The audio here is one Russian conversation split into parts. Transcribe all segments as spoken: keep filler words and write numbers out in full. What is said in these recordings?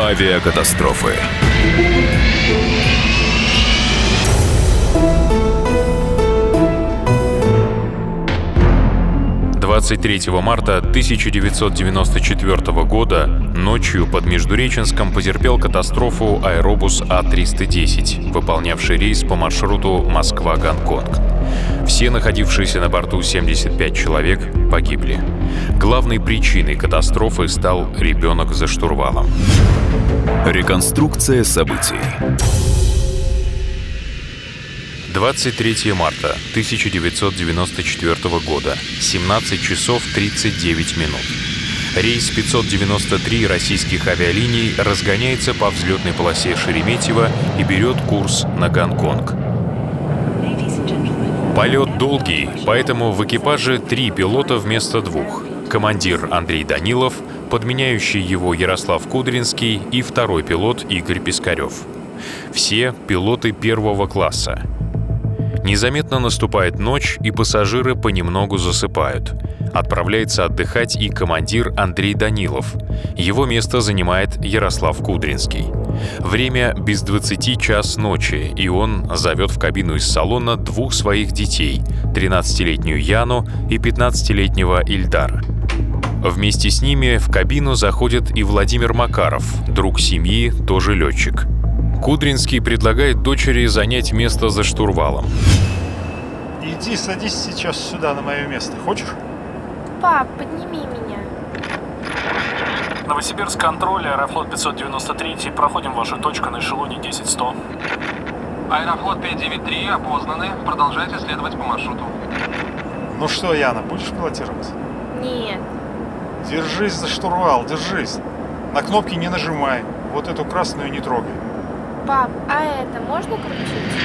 Авиакатастрофы. двадцать третьего марта тысяча девятьсот девяносто четвёртого года ночью под Междуреченском потерпел катастрофу аэробус А триста десять, выполнявший рейс по маршруту Москва-Гонконг. Все находившиеся на борту семьдесят пять человек погибли. Главной причиной катастрофы стал ребенок за штурвалом. Реконструкция событий. двадцать третьего марта тысяча девятьсот девяносто четвёртого года, семнадцать часов тридцать девять минут. Рейс пятьсот девяносто три российских авиалиний разгоняется по взлетной полосе Шереметьево и берет курс на Гонконг. Полет долгий, поэтому в экипаже три пилота вместо двух. Командир Андрей Данилов, подменяющий его Ярослав Кудринский и второй пилот Игорь Пискарев. Все пилоты первого класса. Незаметно наступает ночь, и пассажиры понемногу засыпают. Отправляется отдыхать и командир Андрей Данилов. Его место занимает Ярослав Кудринский. Время без двадцати час ночи, и он зовет в кабину из салона двух своих детей — тринадцатилетнюю Яну и пятнадцатилетнего Ильдара. Вместе с ними в кабину заходит и Владимир Макаров, друг семьи, тоже летчик. Кудринский предлагает дочери занять место за штурвалом. Иди, садись сейчас сюда, на мое место. Хочешь? Пап, подними меня. Новосибирск, контроль, Аэрофлот пятьсот девяносто три, проходим вашу точку на эшелоне десять сто. Аэрофлот пятьсот девяносто три, опознаны, продолжайте следовать по маршруту. Ну что, Яна, будешь пилотировать? Нет. Держись за штурвал, держись. На кнопки не нажимай, вот эту красную не трогай. Пап, а это можно крутить?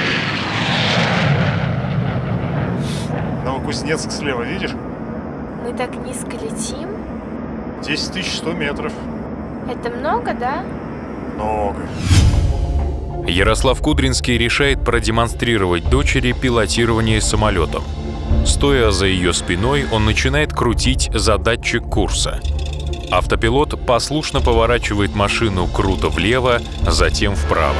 Новокузнецк слева, видишь? Мы так низко летим? десять тысяч сто метров. Это много, да? Много. Ярослав Кудринский решает продемонстрировать дочери пилотирование самолетом. Стоя за ее спиной, он начинает крутить за датчик курса. Автопилот послушно поворачивает машину круто влево, затем вправо.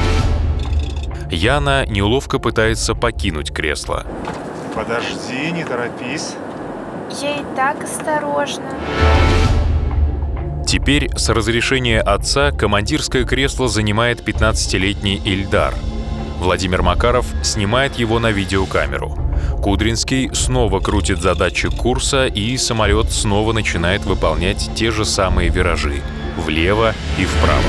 Яна неловко пытается покинуть кресло. Подожди, не торопись. Я и так осторожно. Теперь с разрешения отца командирское кресло занимает пятнадцатилетний Ильдар. Владимир Макаров снимает его на видеокамеру. Кудринский снова крутит за датчик курса, и самолет снова начинает выполнять те же самые виражи — влево и вправо.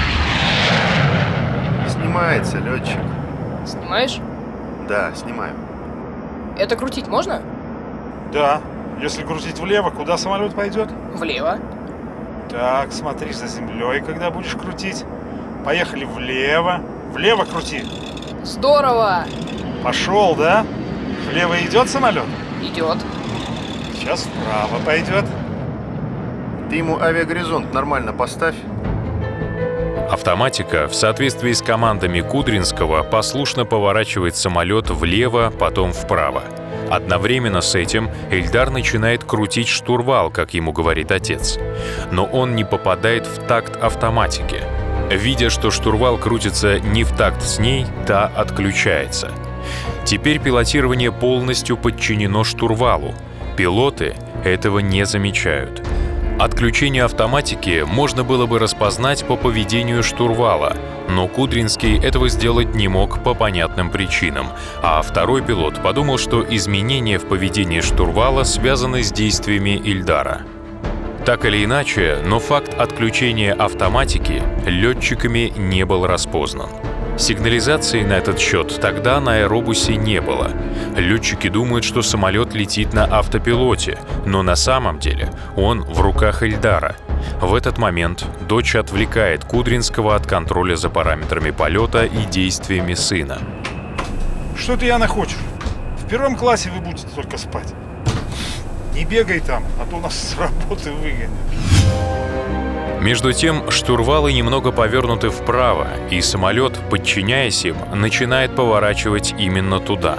Снимается, летчик. Снимаешь? Да, снимаю. Это крутить можно? Да. Если крутить влево, куда самолет пойдет? Влево. Так, смотри за землей, когда будешь крутить. Поехали влево. Влево крути. Здорово! Пошел, да? Влево идет самолет? Идет. Сейчас вправо пойдет. Ты ему авиагоризонт нормально поставь. Автоматика в соответствии с командами Кудринского послушно поворачивает самолет влево, потом вправо. Одновременно с этим Ильдар начинает крутить штурвал, как ему говорит отец. Но он не попадает в такт автоматике. Видя, что штурвал крутится не в такт с ней, та отключается. Теперь пилотирование полностью подчинено штурвалу. Пилоты этого не замечают. Отключение автоматики можно было бы распознать по поведению штурвала, но Кудринский этого сделать не мог по понятным причинам, а второй пилот подумал, что изменения в поведении штурвала связаны с действиями Ильдара. Так или иначе, но факт отключения автоматики летчиками не был распознан. Сигнализации на этот счет тогда на аэробусе не было. Летчики думают, что самолет летит на автопилоте, но на самом деле он в руках Ильдара. В этот момент дочь отвлекает Кудринского от контроля за параметрами полета и действиями сына. Что ты, Яна, хочешь? В первом классе вы будете только спать. Не бегай там, а то нас с работы выгонят. Между тем, штурвалы немного повернуты вправо, и самолет, подчиняясь им, начинает поворачивать именно туда.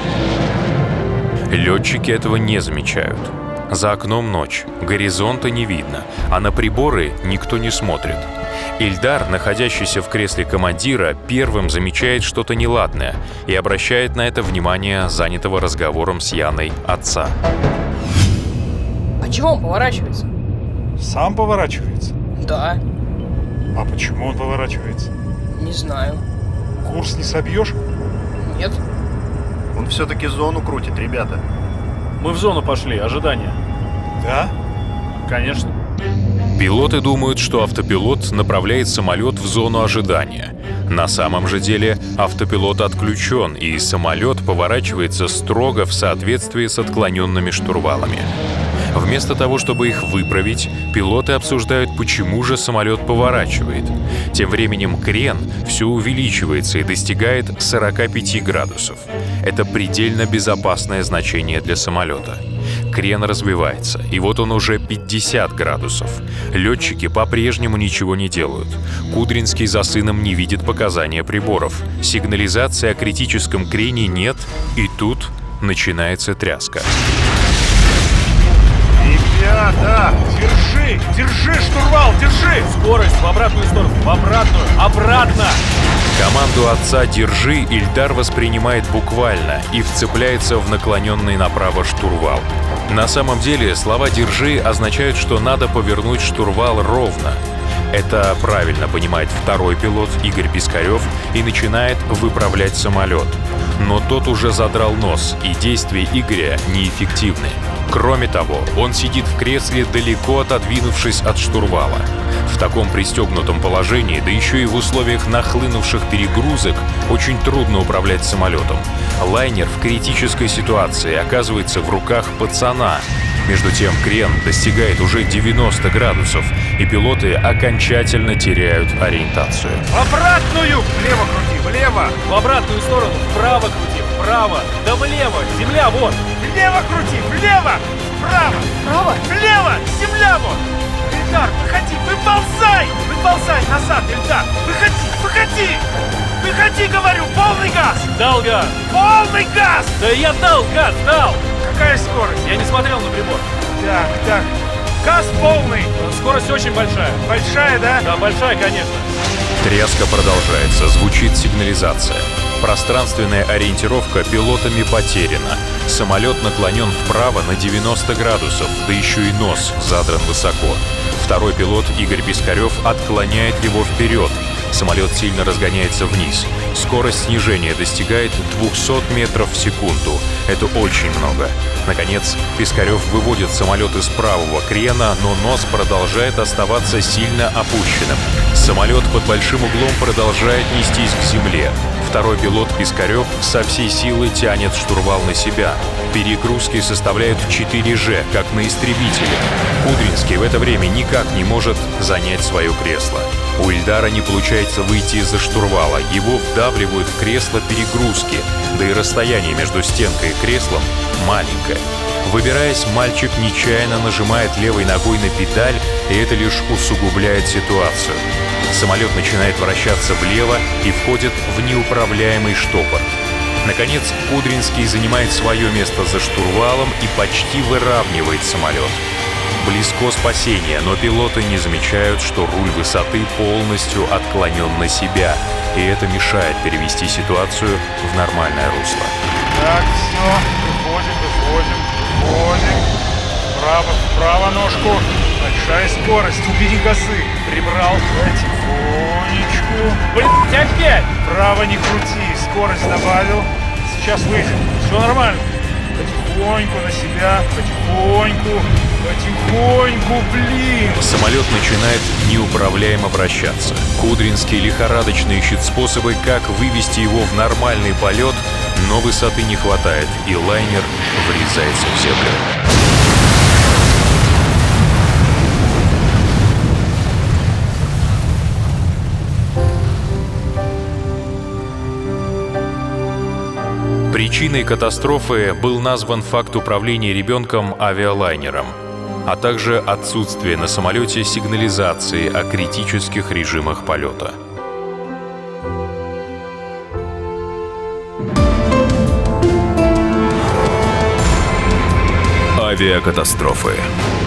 Летчики этого не замечают. За окном ночь, горизонта не видно, а на приборы никто не смотрит. Ильдар, находящийся в кресле командира, первым замечает что-то неладное и обращает на это внимание занятого разговором с Яной отца. А чего он поворачивается? Сам поворачивается? Да, А почему он поворачивается? не знаю. Курс не собьешь? Нет. Он все-таки зону крутит, ребята. Мы в зону пошли, ожидание. Да? Конечно. Пилоты думают, что автопилот направляет самолет в зону ожидания. На самом же деле автопилот отключен, и самолет поворачивается строго в соответствии с отклоненными штурвалами. Вместо того, чтобы их выправить, пилоты обсуждают, почему же самолет поворачивает. Тем временем крен все увеличивается и достигает сорока пяти градусов. Это предельно безопасное значение для самолета. Крен развивается, и вот он уже пятьдесят градусов. Летчики по-прежнему ничего не делают. Кудринский за сыном не видит показания приборов. Сигнализации о критическом крене нет, и тут начинается тряска. Ребята! Держи! Держи штурвал! Держи! Скорость в обратную сторону, в обратную, обратно! Команду отца «Держи» Ильдар воспринимает буквально и вцепляется в наклоненный направо штурвал. На самом деле слова «держи» означают, что надо повернуть штурвал ровно. Это правильно понимает второй пилот Игорь Пискарев и начинает выправлять самолет. Но тот уже задрал нос, и действия Игоря неэффективны. Кроме того, он сидит в кресле, далеко отодвинувшись от штурвала. В таком пристегнутом положении, да еще и в условиях нахлынувших перегрузок, очень трудно управлять самолетом. Лайнер в критической ситуации оказывается в руках пацана. Между тем крен достигает уже девяноста градусов, и пилоты окончательно теряют ориентацию. Обратную! Влево крути! Влево! В обратную сторону, вправо крути, вправо, да влево, земля вот! Влево крути! Влево! Вправо! Право? Влево! Земля вот! Ильдар, выходи! Выползай! Выползай назад, Ильдар! Выходи! Выходи! Выходи, говорю! Полный газ! Дал газ! Полный газ! Да я дал газ, дал! Какая скорость? Я не смотрел на прибор. Так, так. Газ полный! Скорость очень большая. Большая, да? Да, большая, конечно. Тряска продолжается, звучит сигнализация. Пространственная ориентировка пилотами потеряна. Самолет наклонен вправо на девяносто градусов, да еще и нос задран высоко. Второй пилот Игорь Пискарев отклоняет его вперед. Самолет сильно разгоняется вниз. Скорость снижения достигает двухсот метров в секунду. Это очень много. Наконец, Пискарев выводит самолет из правого крена, но нос продолжает оставаться сильно опущенным. Самолет под большим углом продолжает нестись к земле. Второй пилот Пискарев со всей силы тянет штурвал на себя. Перегрузки составляют четыре жэ, как на истребителе. Кудринский в это время никак не может занять свое кресло. У Ильдара не получается выйти из-за штурвала. Его вдавливают в кресло перегрузки, да и расстояние между стенкой и креслом маленькое. Выбираясь, мальчик нечаянно нажимает левой ногой на педаль, и это лишь усугубляет ситуацию. Самолет начинает вращаться влево и входит в неуправляемый штопор. Наконец, Кудринский занимает свое место за штурвалом и почти выравнивает самолет. Близко спасение, но пилоты не замечают, что руль высоты полностью отклонен на себя, и это мешает перевести ситуацию в нормальное русло. Так, все. Выходим, выходим, выходим. Вправо, вправо ножку. Большая скорость. Убери газы. Прибрал. Потихонечку. Блин, опять! Вправо не крути. Скорость добавил. Сейчас выйдем. Все нормально. Потихоньку на себя. Потихоньку. Потихоньку, блин. Самолет начинает неуправляемо вращаться. Кудринский лихорадочно ищет способы, как вывести его в нормальный полет, но высоты не хватает, и лайнер врезается в землю. Причиной катастрофы был назван факт управления ребенком авиалайнером, а также отсутствие на самолете сигнализации о критических режимах полета. Авиакатастрофы.